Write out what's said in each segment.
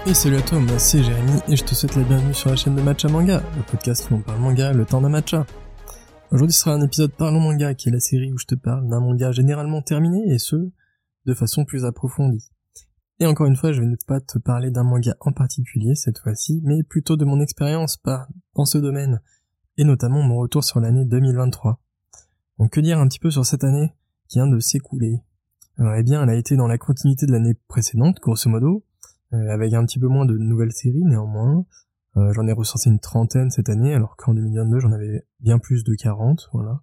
Et salut à toi, moi c'est Jérémy et je te souhaite la bienvenue sur la chaîne de Matcha Manga, le podcast où on parle manga le temps d'un matcha. Aujourd'hui sera un épisode Parlons Manga, qui est la série où je te parle d'un manga généralement terminé et ce, de façon plus approfondie. Et encore une fois, je vais ne pas te parler d'un manga en particulier cette fois-ci, mais plutôt de mon expérience dans ce domaine, et notamment mon retour sur l'année 2023. Donc que dire un petit peu sur cette année qui vient de s'écouler? Eh bien, elle a été dans la continuité de l'année précédente, grosso modo, avec un petit peu moins de nouvelles séries néanmoins. J'en ai recensé une trentaine cette année, alors qu'en 2022 j'en avais bien plus de 40, voilà.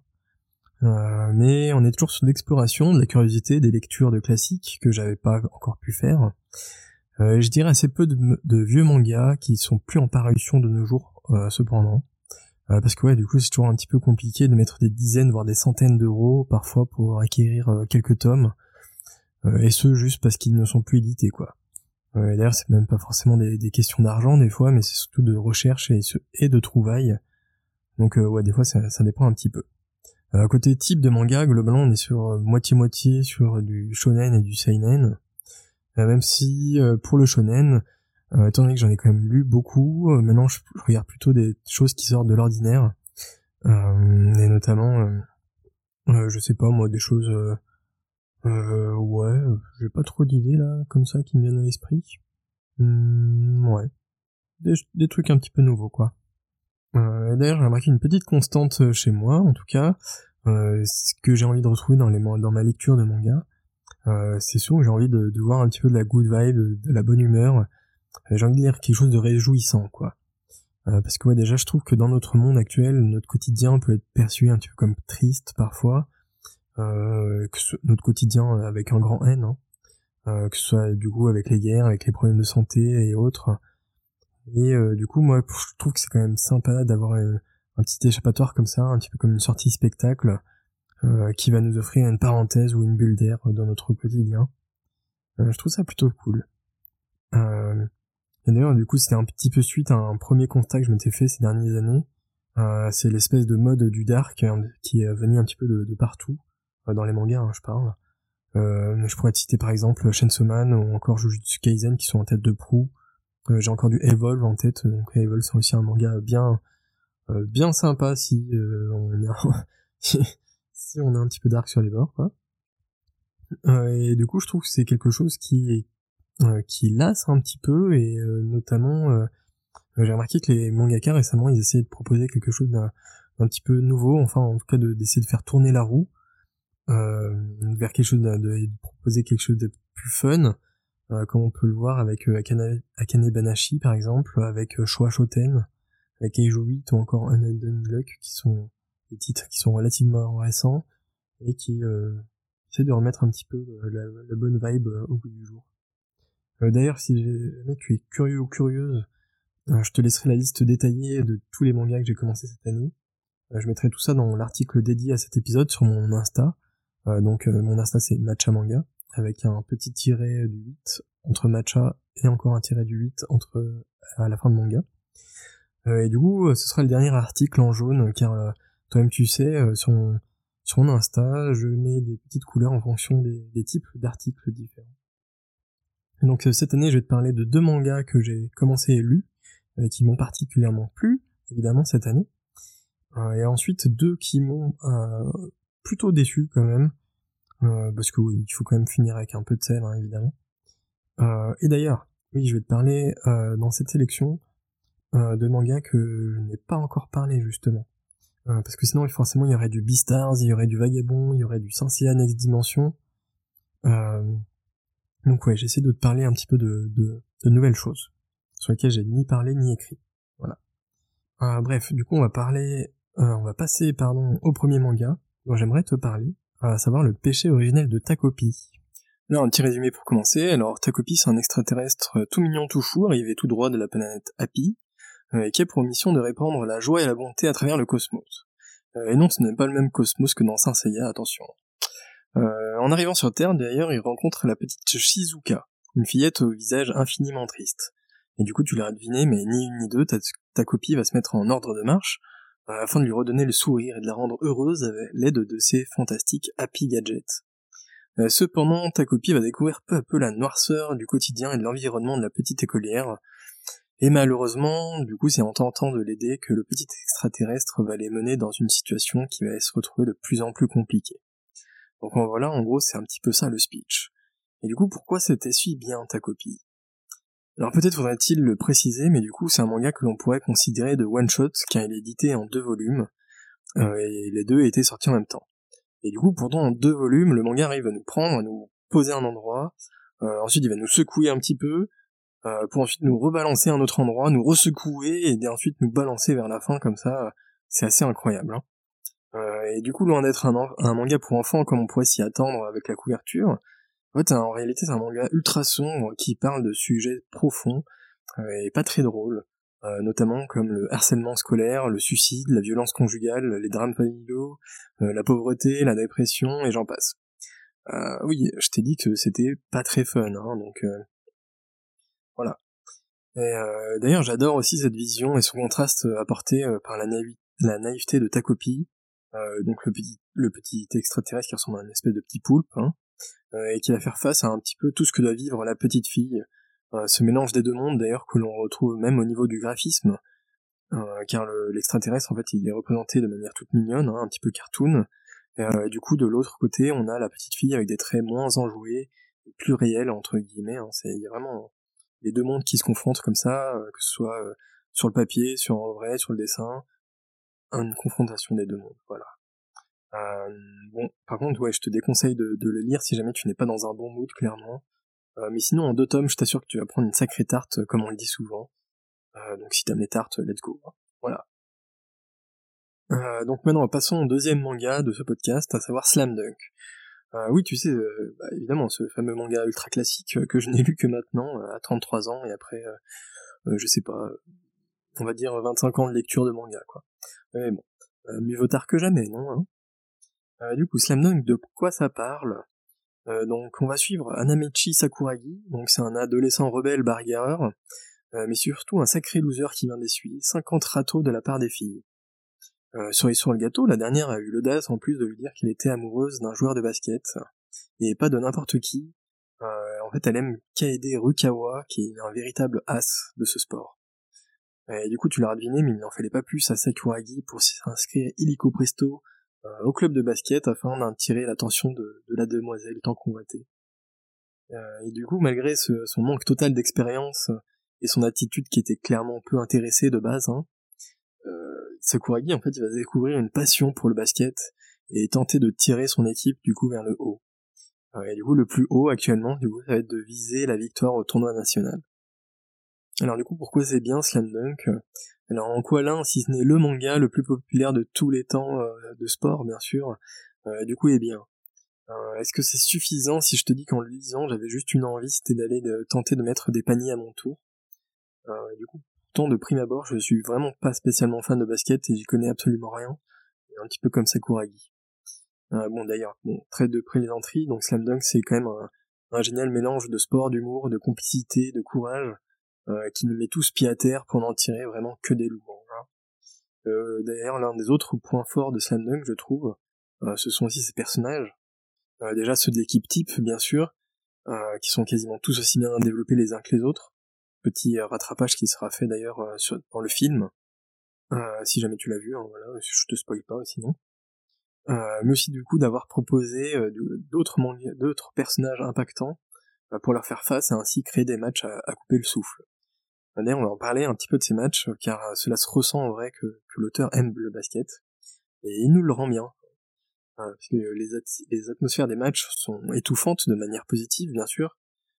Mais on est toujours sur l'exploration, de la curiosité, des lectures de classiques que j'avais pas encore pu faire. Je dirais assez peu de vieux mangas qui sont plus en parution de nos jours, cependant. Parce que ouais, du coup c'est toujours un petit peu compliqué de mettre des dizaines, voire des centaines d'euros parfois pour acquérir quelques tomes, et ce juste parce qu'ils ne sont plus édités, quoi. D'ailleurs, c'est même pas forcément des questions d'argent des fois, mais c'est surtout de recherche et de trouvailles. Donc ouais, des fois ça dépend un petit peu. Côté type de manga, globalement on est sur moitié-moitié sur du shonen et du seinen. Même si pour le shonen, étant donné que j'en ai quand même lu beaucoup, maintenant je regarde plutôt des choses qui sortent de l'ordinaire. Et notamment, je sais pas moi, des choses... ouais, j'ai pas trop d'idées là, comme ça, qui me viennent à l'esprit. Ouais. Des trucs un petit peu nouveaux, quoi. Et d'ailleurs, j'ai remarqué une petite constante chez moi, en tout cas, ce que j'ai envie de retrouver dans ma lecture de manga. C'est sûr que j'ai envie de voir un petit peu de la good vibe, de la bonne humeur. J'ai envie de lire quelque chose de réjouissant, quoi. Parce que ouais, déjà, je trouve que dans notre monde actuel, notre quotidien peut être perçu un petit peu comme triste, parfois. Notre quotidien avec un grand N, hein. Que ce soit du coup avec les guerres, avec les problèmes de santé et autres. Et du coup, moi, je trouve que c'est quand même sympa d'avoir un petit échappatoire comme ça, un petit peu comme une sortie spectacle, qui va nous offrir une parenthèse ou une bulle d'air dans notre quotidien. Je trouve ça plutôt cool. Et d'ailleurs, du coup, c'était un petit peu suite à un premier constat que je m'étais fait ces dernières années. C'est l'espèce de mode du dark qui est venu un petit peu de partout, dans les mangas, hein, je parle. Je pourrais te citer par exemple Chainsaw Man ou encore Jujutsu Kaisen qui sont en tête de proue. J'ai encore du Evolve en tête, donc Evolve c'est aussi un manga bien sympa si on a si on a un petit peu dark sur les bords, quoi. Et du coup je trouve que c'est quelque chose qui lasse un petit peu, et notamment j'ai remarqué que les mangaka récemment ils essayaient de proposer quelque chose d'un petit peu nouveau, enfin en tout cas d'essayer de faire tourner la roue vers quelque chose de proposer quelque chose de plus fun, comme on peut le voir avec Akane Banashi par exemple, avec Showa Shoten, avec Eijo 8 ou encore Undead Luck, qui sont des titres qui sont relativement récents et qui essaient de remettre un petit peu la bonne vibe au goût du jour. D'ailleurs, si jamais tu es curieux ou curieuse, je te laisserai la liste détaillée de tous les mangas que j'ai commencé cette année. Je mettrai tout ça dans l'article dédié à cet épisode sur mon Insta. Donc mon Insta c'est Matcha Manga, avec un petit tiret du 8 entre Matcha et encore un tiret du 8 à la fin de manga. Et du coup, ce sera le dernier article en jaune, car toi-même tu sais, sur mon Insta, je mets des petites couleurs en fonction des types d'articles différents. Et donc cette année, je vais te parler de 2 mangas que j'ai commencé et lus, qui m'ont particulièrement plu, évidemment, cette année. Et ensuite 2 qui m'ont plutôt déçu quand même, parce que oui, il faut quand même finir avec un peu de sel, hein, évidemment. Et d'ailleurs, oui, je vais te parler dans cette sélection de mangas que je n'ai pas encore parlé justement, parce que sinon forcément il y aurait du Beastars, il y aurait du Vagabond, il y aurait du Saint-Seiya Next Dimension. Donc ouais, j'essaie de te parler un petit peu de nouvelles choses sur lesquelles j'ai ni parlé ni écrit. Voilà. Bref, du coup on va passer au premier manga dont j'aimerais te parler, à savoir Le péché originel de Takopi. Là, un petit résumé pour commencer. Alors, Takopi, c'est un extraterrestre tout mignon, tout fou, arrivé tout droit de la planète Happy, et qui a pour mission de répandre la joie et la bonté à travers le cosmos. Et non, ce n'est pas le même cosmos que dans Saint Seiya, attention. En arrivant sur Terre, d'ailleurs, il rencontre la petite Shizuka, une fillette au visage infiniment triste. Et du coup, tu l'as deviné, mais ni une ni deux, Takopi va se mettre en ordre de marche, afin de lui redonner le sourire et de la rendre heureuse avec l'aide de ses fantastiques Happy Gadgets. Cependant, ta copie va découvrir peu à peu la noirceur du quotidien et de l'environnement de la petite écolière, et malheureusement, du coup, c'est en tentant de l'aider que le petit extraterrestre va les mener dans une situation qui va se retrouver de plus en plus compliquée. Donc voilà, en gros, c'est un petit peu ça le speech. Et du coup, pourquoi cet essuie bien ta copie? Alors peut-être faudrait-il le préciser, mais du coup, c'est un manga que l'on pourrait considérer de one-shot, car il est édité en 2 volumes, et les deux étaient sortis en même temps. Et du coup, pourtant, en 2 volumes, le manga arrive à nous prendre, à nous poser un endroit, ensuite il va nous secouer un petit peu, pour ensuite nous rebalancer à un autre endroit, nous resecouer, et ensuite nous balancer vers la fin, comme ça, c'est assez incroyable. Hein. Et du coup, loin d'être un manga pour enfants comme on pourrait s'y attendre avec la couverture, en fait, en réalité, c'est un manga ultra sombre qui parle de sujets profonds et pas très drôles, notamment comme le harcèlement scolaire, le suicide, la violence conjugale, les drames familiaux, la pauvreté, la dépression, et j'en passe. Oui, je t'ai dit que c'était pas très fun, hein, donc voilà. Et d'ailleurs, j'adore aussi cette vision et son contraste apporté par la naïveté de ta copie, donc le petit extraterrestre qui ressemble à une espèce de petit poulpe, hein, et qui va faire face à un petit peu tout ce que doit vivre la petite fille. Ce mélange des deux mondes d'ailleurs que l'on retrouve même au niveau du graphisme, car l'extraterrestre en fait il est représenté de manière toute mignonne, hein, un petit peu cartoon, et du coup de l'autre côté on a la petite fille avec des traits moins enjoués, plus réels entre guillemets, hein, il y a vraiment les deux mondes qui se confrontent comme ça, que ce soit sur le papier, sur en vrai, sur le dessin, une confrontation des deux mondes, voilà. Bon, par contre, ouais, je te déconseille de le lire si jamais tu n'es pas dans un bon mood, clairement. Mais sinon, en 2 tomes, je t'assure que tu vas prendre une sacrée tarte, comme on le dit souvent. Donc si t'aimes les tartes, let's go. Hein. Voilà. Donc maintenant, passons au deuxième manga de ce podcast, à savoir Slam Dunk. Oui, tu sais, bah, évidemment, ce fameux manga ultra classique que je n'ai lu que maintenant, à 33 ans, et après, je sais pas, on va dire 25 ans de lecture de manga, quoi. Mais bon, mieux vaut tard que jamais, non hein. Du coup, Slam Dunk, de quoi ça parle? Donc on va suivre Anamechi Sakuragi, donc c'est un adolescent rebelle bagarreur, mais surtout un sacré loser qui vient d'essuyer 50 râteaux de la part des filles. Cerise sur le gâteau, la dernière a eu l'audace en plus de lui dire qu'elle était amoureuse d'un joueur de basket, et pas de n'importe qui. En fait, elle aime Kaede Rukawa, qui est un véritable as de ce sport. Et du coup, tu l'auras deviné, mais il n'en fallait pas plus à Sakuragi pour s'inscrire illico presto au club de basket afin d'attirer l'attention de la demoiselle tant convoitée. Et du coup, malgré son manque total d'expérience et son attitude qui était clairement peu intéressée de base, hein, Sakuragi en fait il va découvrir une passion pour le basket et tenter de tirer son équipe du coup vers le haut. Et du coup, le plus haut actuellement, du coup, ça va être de viser la victoire au tournoi national. Alors du coup, pourquoi c'est bien Slam Dunk? Alors en quoi l'un, si ce n'est le manga le plus populaire de tous les temps de sport, bien sûr, du coup est bien. Est-ce que c'est suffisant si je te dis qu'en le lisant, j'avais juste une envie, c'était d'aller tenter de mettre des paniers à mon tour? Du coup, pourtant de prime abord, je suis vraiment pas spécialement fan de basket et j'y connais absolument rien, un petit peu comme Sakuragi. Bon d'ailleurs, trêve de plaisanterie, donc Slam Dunk c'est quand même un génial mélange de sport, d'humour, de complicité, de courage, qui nous met tous pieds à terre pour n'en tirer vraiment que des louanges. Hein. D'ailleurs, l'un des autres points forts de Slam Dunk, je trouve, ce sont aussi ses personnages. Déjà ceux de l'équipe type, bien sûr, qui sont quasiment tous aussi bien développés les uns que les autres. Petit rattrapage qui sera fait d'ailleurs dans le film, si jamais tu l'as vu, hein, voilà, je te spoil pas sinon. Mais aussi du coup d'avoir proposé d'autres personnages impactants pour leur faire face et ainsi créer des matchs à couper le souffle. D'ailleurs, on va en parler un petit peu de ces matchs, car cela se ressent en vrai que l'auteur aime le basket, et il nous le rend bien. Parce que les atmosphères des matchs sont étouffantes de manière positive, bien sûr.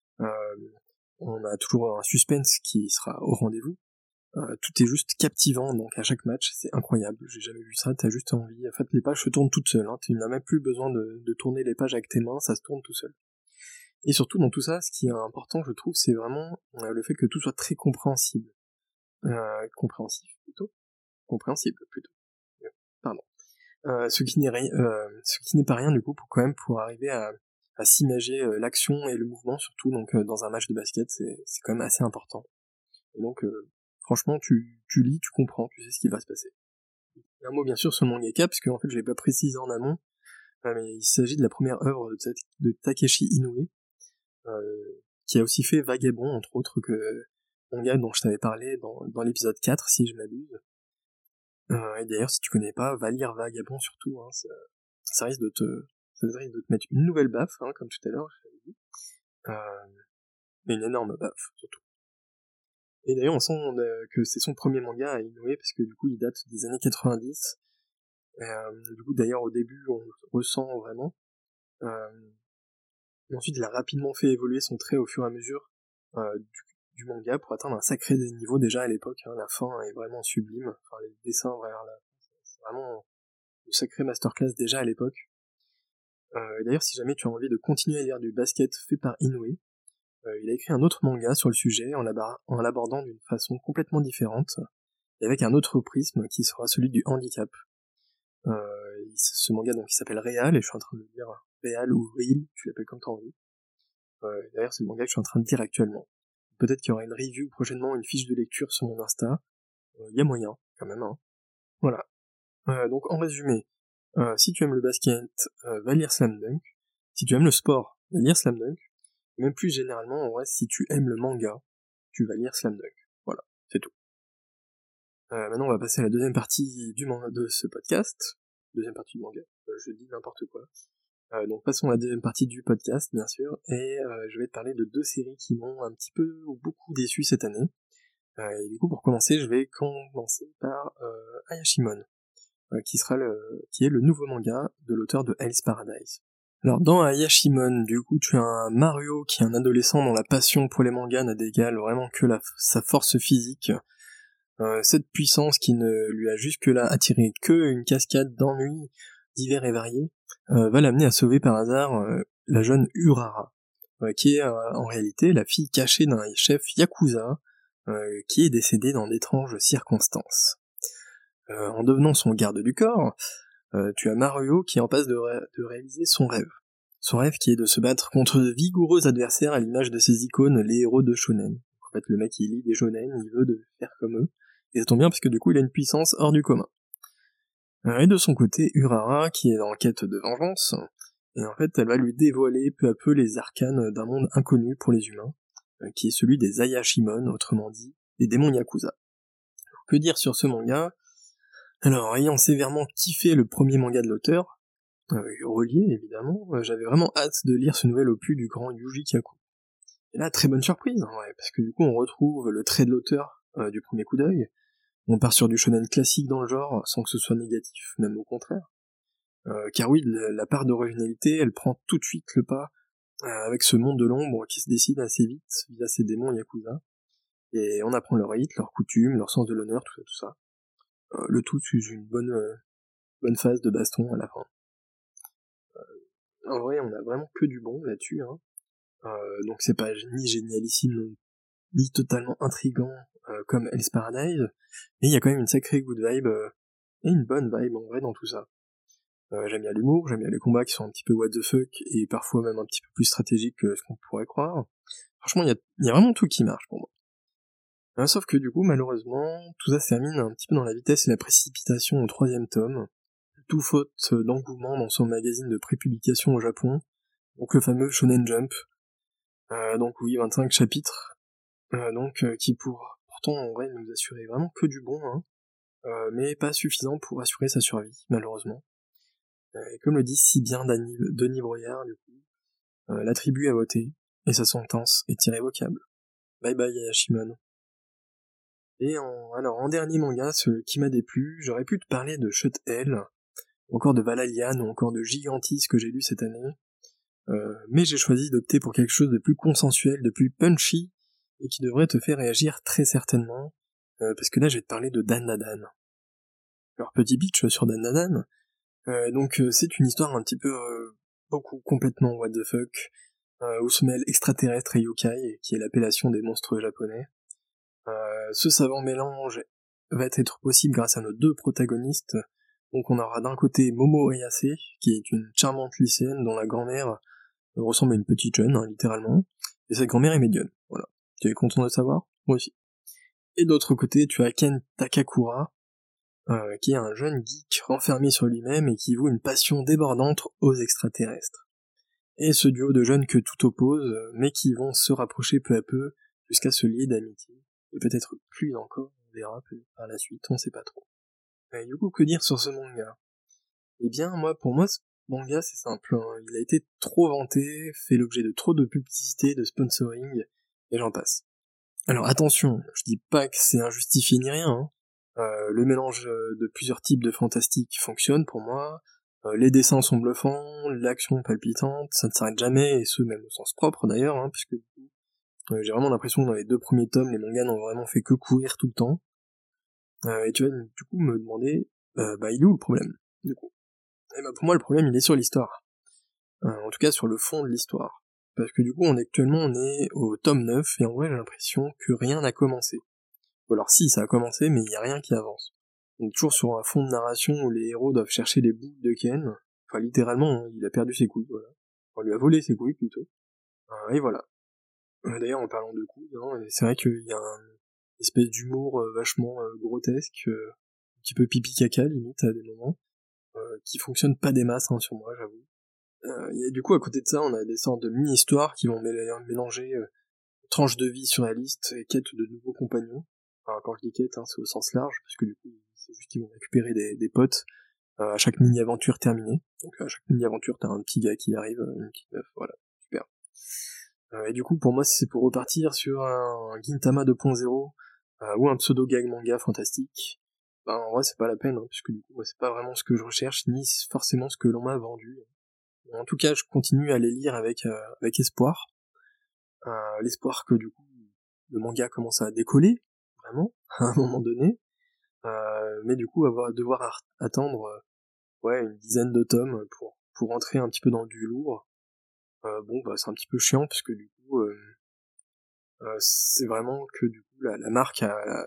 On a toujours un suspense qui sera au rendez-vous. Tout est juste captivant, donc à chaque match, c'est incroyable, j'ai jamais vu ça, t'as juste envie, en fait les pages se tournent toutes seules, hein. Tu n'as même plus besoin de tourner les pages avec tes mains, ça se tourne tout seul. Et surtout dans tout ça, ce qui est important je trouve, c'est vraiment le fait que tout soit très compréhensible. Compréhensible plutôt. Pardon. Ce qui n'est pas rien du coup pour quand même pour arriver à s'imager l'action et le mouvement surtout donc dans un match de basket, c'est quand même assez important. Et donc franchement, tu lis, tu comprends, tu sais ce qui va se passer. Un mot bien sûr sur le mangaka, parce que en fait je l'ai pas précisé en amont, mais il s'agit de la première œuvre de Takeshi Inoue, qui a aussi fait Vagabond, entre autres, que manga dont je t'avais parlé dans l'épisode 4, si je m'abuse. Et d'ailleurs, si tu connais pas, va lire Vagabond surtout, hein, ça risque de te mettre une nouvelle baffe, hein, comme tout à l'heure, je l'avais dit. Mais une énorme baffe, surtout. Et d'ailleurs, on sent que c'est son premier manga à Inoue, parce que du coup, il date des années 90. Du coup, d'ailleurs, au début, on le ressent vraiment. Et ensuite, il a rapidement fait évoluer son trait au fur et à mesure du manga pour atteindre un sacré niveau déjà à l'époque. Hein. La fin est vraiment sublime. Enfin, les dessins vers la fin, c'est vraiment une sacrée masterclass déjà à l'époque. D'ailleurs, si jamais tu as envie de continuer à lire du basket fait par Inoue, il a écrit un autre manga sur le sujet en l'abordant d'une façon complètement différente, et avec un autre prisme qui sera celui du handicap. Ce manga donc il s'appelle Real, et je suis en train de lire Real ou Real, tu l'appelles comme t'as envie. D'ailleurs c'est le manga que je suis en train de lire actuellement. Peut-être qu'il y aura une review prochainement, une fiche de lecture sur mon Insta. Y a moyen, quand même, hein. Voilà. Donc en résumé, si tu aimes le basket, va lire Slam Dunk. Si tu aimes le sport, va lire Slam Dunk. Même plus généralement, en vrai, si tu aimes le manga, tu vas lire Slam Dunk. Voilà, c'est tout. Maintenant, on va passer à la deuxième partie de ce podcast. Deuxième partie du manga. Je dis n'importe quoi. Donc passons à la deuxième partie du podcast, bien sûr, et je vais te parler de 2 séries qui m'ont un petit peu ou beaucoup déçu cette année. Et du coup, pour commencer, je vais commencer par Ayashimon, qui est le nouveau manga de l'auteur de Hell's Paradise. Alors dans Ayashimon, du coup, tu as un Mario qui est un adolescent dont la passion pour les mangas n'a d'égal vraiment que sa force physique. Cette puissance qui ne lui a jusque-là attiré que une cascade d'ennuis divers et variés, va l'amener à sauver par hasard la jeune Urara, qui est en réalité la fille cachée d'un chef Yakuza, qui est décédé dans d'étranges circonstances. En devenant son garde du corps, tu as Mario qui est en passe de réaliser son rêve. Son rêve qui est de se battre contre de vigoureux adversaires à l'image de ses icônes, les héros de shonen. En fait, le mec il lit des shonen, il veut faire comme eux, et ça tombe bien parce que du coup il a une puissance hors du commun. Et de son côté, Urara, qui est en quête de vengeance, et en fait elle va lui dévoiler peu à peu les arcanes d'un monde inconnu pour les humains, qui est celui des Ayashimon, autrement dit, des démons Yakuza. Alors, que dire sur ce manga? Alors, ayant sévèrement kiffé le premier manga de l'auteur, relié évidemment, j'avais vraiment hâte de lire ce nouvel opus du grand Yuji Kaku. Et là, très bonne surprise, ouais, parce que du coup on retrouve le trait de l'auteur du premier coup d'œil. On part sur du shonen classique dans le genre, sans que ce soit négatif, même au contraire. Car oui, la part d'originalité, elle prend tout de suite le pas avec ce monde de l'ombre qui se décide assez vite via ces démons Yakuza. Et on apprend leurs rites, leurs coutumes, leur sens de l'honneur, tout ça. Le tout sous une bonne phase de baston à la fin. En vrai, on a vraiment que du bon là-dessus, hein. Donc c'est pas ni génialissime, ni totalement intriguant comme Hell's Paradise, mais il y a quand même une sacrée good vibe, et une bonne vibe en vrai dans tout ça. J'aime bien l'humour, j'aime bien les combats qui sont un petit peu what the fuck, et parfois même un petit peu plus stratégiques que ce qu'on pourrait croire. Franchement, il y a vraiment tout qui marche pour moi. Sauf que du coup, malheureusement, tout ça se termine un petit peu dans la vitesse et la précipitation au 3e tome, tout faute d'engouement dans son magazine de prépublication au Japon, donc le fameux Shonen Jump. Donc oui, 25 chapitres, qui pourtant en vrai nous assurer vraiment que du bon, hein, mais pas suffisant pour assurer sa survie, malheureusement. Et comme le dit si bien Denis Broyard, du coup, la tribu a voté, et sa sentence est irrévocable. Bye bye Ayashimon. Et en dernier manga, ce qui m'a déplu, j'aurais pu te parler de Shut Hell, ou encore de Valalian, ou encore de Gigantis que j'ai lu cette année, mais j'ai choisi d'opter pour quelque chose de plus consensuel, de plus punchy, et qui devrait te faire réagir très certainement, parce que là je vais te parler de Dan Dan. Alors petit pitch sur Dan Dan, c'est une histoire un petit peu complètement what the fuck, où se mêlent extraterrestres et yokai, qui est l'appellation des monstres japonais. Ce savant mélange va être possible grâce à nos 2 protagonistes. Donc on aura d'un côté Momo Ayase, qui est une charmante lycéenne dont la grand-mère ressemble à une petite jeune, hein, littéralement, et sa grand-mère est médium, voilà. Tu es content de le savoir? Moi aussi. Et de l'autre côté, tu as Ken Takakura, qui est un jeune geek renfermé sur lui-même et qui voue une passion débordante aux extraterrestres. Et ce duo de jeunes que tout oppose, mais qui vont se rapprocher peu à peu jusqu'à se lier d'amitié, et peut-être plus encore, on verra par la suite, on sait pas trop. Et du coup, que dire sur ce manga? Eh bien, pour moi, ce manga, c'est simple, hein. Il a été trop vanté, fait l'objet de trop de publicité, de sponsoring, et j'en passe. Alors attention, je dis pas que c'est injustifié ni rien, hein. Le mélange de plusieurs types de fantastique fonctionne pour moi, les dessins sont bluffants, l'action palpitante, ça ne s'arrête jamais, et ce même au sens propre d'ailleurs, hein, puisque j'ai vraiment l'impression que dans les 2 premiers tomes, les mangas n'ont vraiment fait que courir tout le temps. Et tu vas du coup me demander, il est où le problème, du coup? Et pour moi le problème il est sur l'histoire. En tout cas sur le fond de l'histoire. Parce que du coup on est au tome 9, et en vrai j'ai l'impression que rien n'a commencé. Ou alors si, ça a commencé, mais il y a rien qui avance. On est toujours sur un fond de narration où les héros doivent chercher les boules de Ken. Enfin littéralement, hein, il a perdu ses couilles, voilà. On lui a volé ses couilles plutôt. Et voilà. D'ailleurs en parlant de couilles, hein, c'est vrai qu'il y a une espèce d'humour vachement grotesque, un petit peu pipi caca limite à des moments, qui fonctionne pas des masses hein, sur moi, j'avoue. Et du coup à côté de ça, on a des sortes de mini-histoires qui vont mélanger tranches de vie surréalistes et quêtes de nouveaux compagnons. Enfin, quand je dis quête, hein, c'est au sens large, parce que du coup, c'est juste qu'ils vont récupérer des potes à chaque mini-aventure terminée. Donc à chaque mini-aventure, t'as un petit gars qui arrive, une petite meuf, voilà, super. Et du coup, pour moi, c'est pour repartir sur un Gintama 2.0 ou un pseudo-gag manga fantastique. En vrai, c'est pas la peine, hein, puisque du coup, moi, c'est pas vraiment ce que je recherche, ni forcément ce que l'on m'a vendu. En tout cas, je continue à les lire avec espoir. L'espoir que du coup, le manga commence à décoller, vraiment, à un moment donné, mais du coup, devoir attendre une dizaine de tomes pour entrer un petit peu dans du lourd. C'est un petit peu chiant, parce que du coup, c'est vraiment que du coup, la marque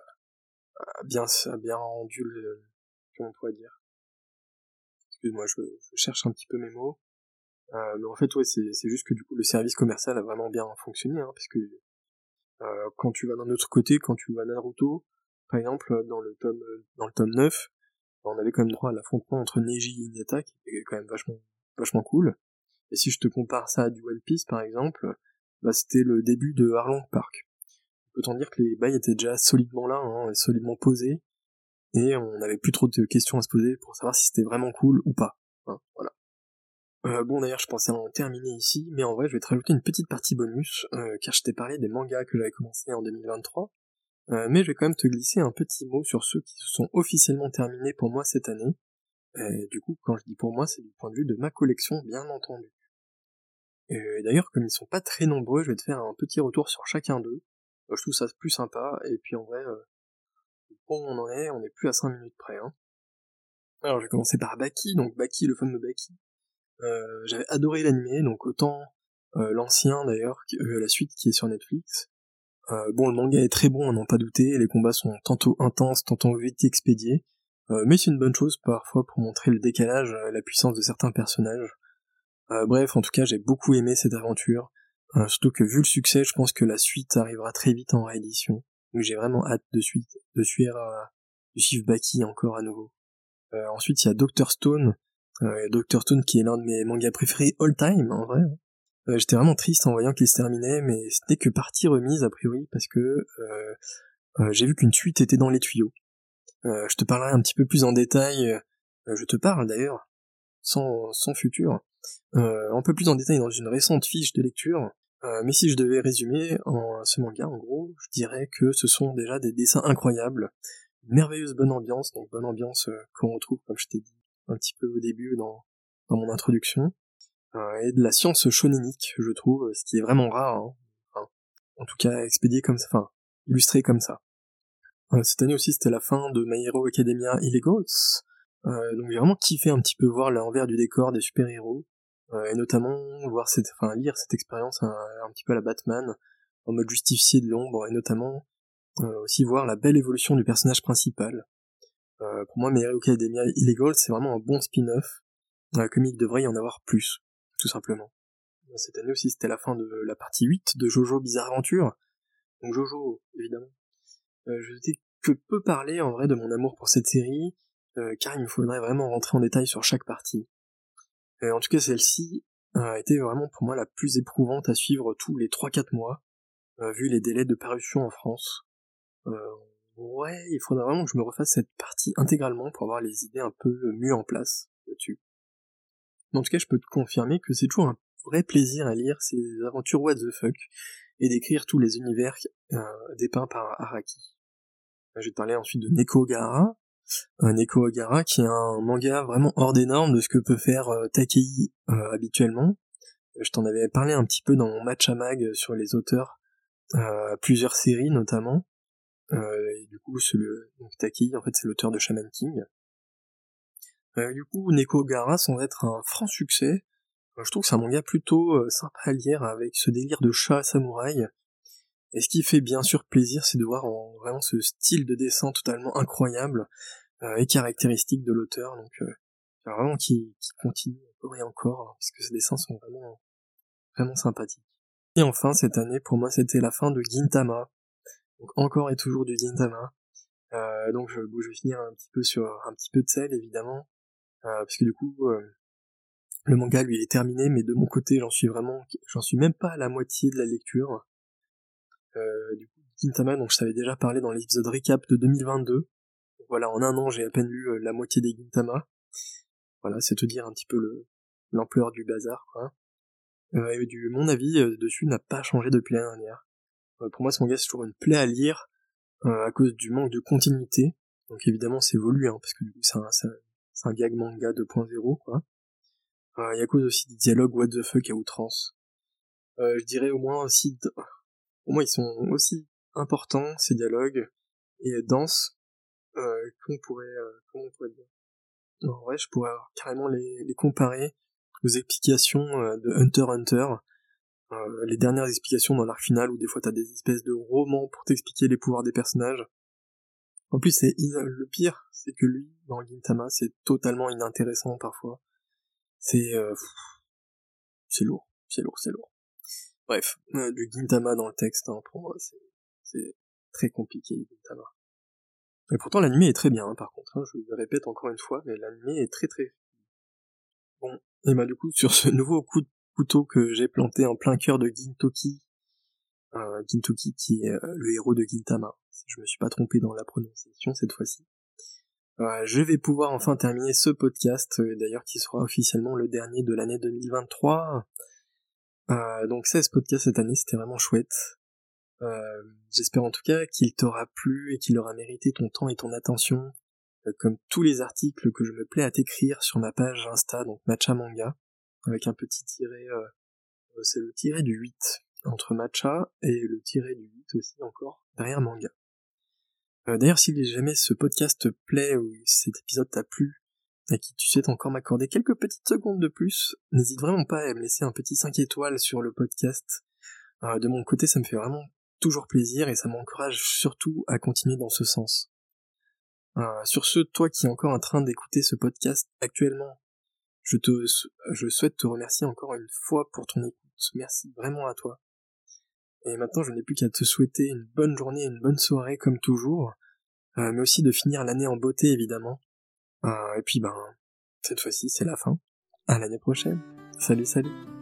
a bien rendu le... Comment on pourrait dire? Excuse-moi, je cherche un petit peu mes mots. Mais en fait, ouais, c'est juste que du coup, le service commercial a vraiment bien fonctionné, hein, parce que quand tu vas d'un autre côté, quand tu vas à Naruto, par exemple, dans le tome 9, on avait quand même droit à l'affrontement entre Neji et Hinata, qui était quand même vachement cool. Et si je te compare ça à du One Piece, par exemple, c'était le début de Arlong Park. Autant dire que les bails étaient déjà solidement là, hein, solidement posés, et on n'avait plus trop de questions à se poser pour savoir si c'était vraiment cool ou pas. Hein, voilà. D'ailleurs, je pensais en terminer ici, mais en vrai, je vais te rajouter une petite partie bonus, car je t'ai parlé des mangas que j'avais commencé en 2023, mais je vais quand même te glisser un petit mot sur ceux qui se sont officiellement terminés pour moi cette année. Et du coup, quand je dis pour moi, c'est du point de vue de ma collection, bien entendu. Et d'ailleurs, comme ils sont pas très nombreux, je vais te faire un petit retour sur chacun d'eux. Je trouve ça plus sympa, et puis en vrai, bon, on est plus à 5 minutes près. Hein. Alors, je vais commencer par Baki, donc Baki, le fameux Baki. J'avais adoré l'animé, donc autant l'ancien d'ailleurs, la suite qui est sur Netflix. Le manga est très bon, à n'en pas douter, les combats sont tantôt intenses, tantôt vite expédiés, mais c'est une bonne chose parfois pour montrer le décalage, la puissance de certains personnages. Bref, en tout cas, j'ai beaucoup aimé cette aventure, surtout que vu le succès, je pense que la suite arrivera très vite en réédition, donc j'ai vraiment hâte de suivre Baki encore à nouveau. Ensuite, il y a Dr. Stone, Dr. Stone qui est l'un de mes mangas préférés all time, en vrai. J'étais vraiment triste en voyant qu'il se terminait, mais c'était que partie remise a priori, parce que j'ai vu qu'une suite était dans les tuyaux. Je te parlerai un petit peu plus en détail, je te parle d'ailleurs, sans futur, un peu plus en détail dans une récente fiche de lecture, mais si je devais résumer ce manga, en gros, je dirais que ce sont déjà des dessins incroyables, une merveilleuse bonne ambiance, donc bonne ambiance qu'on retrouve, comme je t'ai dit un petit peu au début dans mon introduction, et de la science shonénique, je trouve, ce qui est vraiment rare, hein. Enfin, en tout cas expédié comme ça, enfin, illustré comme ça. Cette année aussi, c'était la fin de My Hero Academia Illegals, donc j'ai vraiment kiffé un petit peu voir l'envers du décor des super-héros, et notamment lire cette expérience un petit peu à la Batman, en mode justicier de l'ombre, et notamment aussi voir la belle évolution du personnage principal. Pour moi, My Hero Academia Illegals, c'est vraiment un bon spin-off, comme il devrait y en avoir plus, tout simplement. Cette année aussi, c'était la fin de la partie 8 de Jojo Bizarre Aventure. Donc Jojo, évidemment. Je n'ai que peu parler en vrai de mon amour pour cette série, car il me faudrait vraiment rentrer en détail sur chaque partie. En tout cas, celle-ci a été vraiment pour moi la plus éprouvante à suivre tous les 3-4 mois, vu les délais de parution en France. Ouais, il faudrait vraiment que je me refasse cette partie intégralement pour avoir les idées un peu mieux en place là-dessus. Mais en tout cas, je peux te confirmer que c'est toujours un vrai plaisir à lire ces aventures what the fuck, et d'écrire tous les univers dépeints par Araki. Je vais te parler ensuite de Neko Ogahara. Neko Ogahara qui est un manga vraiment hors des normes de ce que peut faire Takei habituellement. Je t'en avais parlé un petit peu dans mon match à mag sur les auteurs, plusieurs séries notamment. Et du coup, donc Takei, en fait, c'est l'auteur de Shaman King. Du coup, Neko Ogahara, sans être un franc succès, je trouve que c'est un manga plutôt sympa à lire avec ce délire de chat samouraï. Et ce qui fait bien sûr plaisir, c'est de voir vraiment ce style de dessin totalement incroyable et caractéristique de l'auteur. Donc, vraiment qui continue encore et encore, parce que ces dessins sont vraiment, vraiment sympathiques. Et enfin, cette année, pour moi, c'était la fin de Gintama. Donc, encore et toujours du Gintama. Donc, je vais finir un petit peu sur un petit peu de sel, évidemment. Parce que du coup, le manga, lui, il est terminé, mais de mon côté, j'en suis même pas à la moitié de la lecture. Du coup, Gintama, donc je t'avais déjà parlé dans l'épisode récap de 2022. Donc, voilà, en un an, j'ai à peine lu la moitié des Gintama. Voilà, c'est te dire un petit peu l'ampleur du bazar, quoi. Et mon avis dessus n'a pas changé depuis l'année dernière. Pour moi, ce manga, c'est toujours une plaie à lire, à cause du manque de continuité. Donc évidemment, c'est voulu, hein, parce que du coup, c'est un gag manga 2.0, quoi. Et à cause aussi des dialogues what the fuck à outrance. Je dirais au moins ils sont aussi importants, ces dialogues, et denses, comment on pourrait dire. En vrai, je pourrais carrément les comparer aux explications de Hunter x Hunter, les dernières explications dans l'arc final, où des fois t'as des espèces de romans pour t'expliquer les pouvoirs des personnages. En plus, le pire, c'est que lui, dans Gintama, c'est totalement inintéressant parfois. C'est lourd. Bref, du Gintama dans le texte, hein, pour moi, c'est très compliqué, Gintama. Et pourtant, l'anime est très bien, hein, par contre, hein, je le répète encore une fois, mais l'anime est très très... Bon, et du coup, sur ce nouveau coup de couteau que j'ai planté en plein cœur de Gintoki qui est le héros de Gintama, si je me suis pas trompé dans la prononciation cette fois-ci, je vais pouvoir enfin terminer ce podcast, d'ailleurs qui sera officiellement le dernier de l'année 2023. Donc 16 podcasts cette année, c'était vraiment chouette. J'espère en tout cas qu'il t'aura plu et qu'il aura mérité ton temps et ton attention, comme tous les articles que je me plais à t'écrire sur ma page Insta, donc Matcha Manga, avec un petit tiret, c'est le tiret du 8 entre Matcha et le tiret du 8 aussi encore derrière Manga. D'ailleurs, si jamais ce podcast te plaît ou cet épisode t'a plu, et que tu souhaites encore m'accorder quelques petites secondes de plus, n'hésite vraiment pas à me laisser un petit 5 étoiles sur le podcast. De mon côté, ça me fait vraiment toujours plaisir et ça m'encourage surtout à continuer dans ce sens. Sur ce, toi qui es encore en train d'écouter ce podcast actuellement, je souhaite te remercier encore une fois pour ton écoute. Merci vraiment à toi. Et maintenant, je n'ai plus qu'à te souhaiter une bonne journée, une bonne soirée comme toujours, mais aussi de finir l'année en beauté évidemment. Et puis cette fois-ci, c'est la fin. À l'année prochaine. Salut.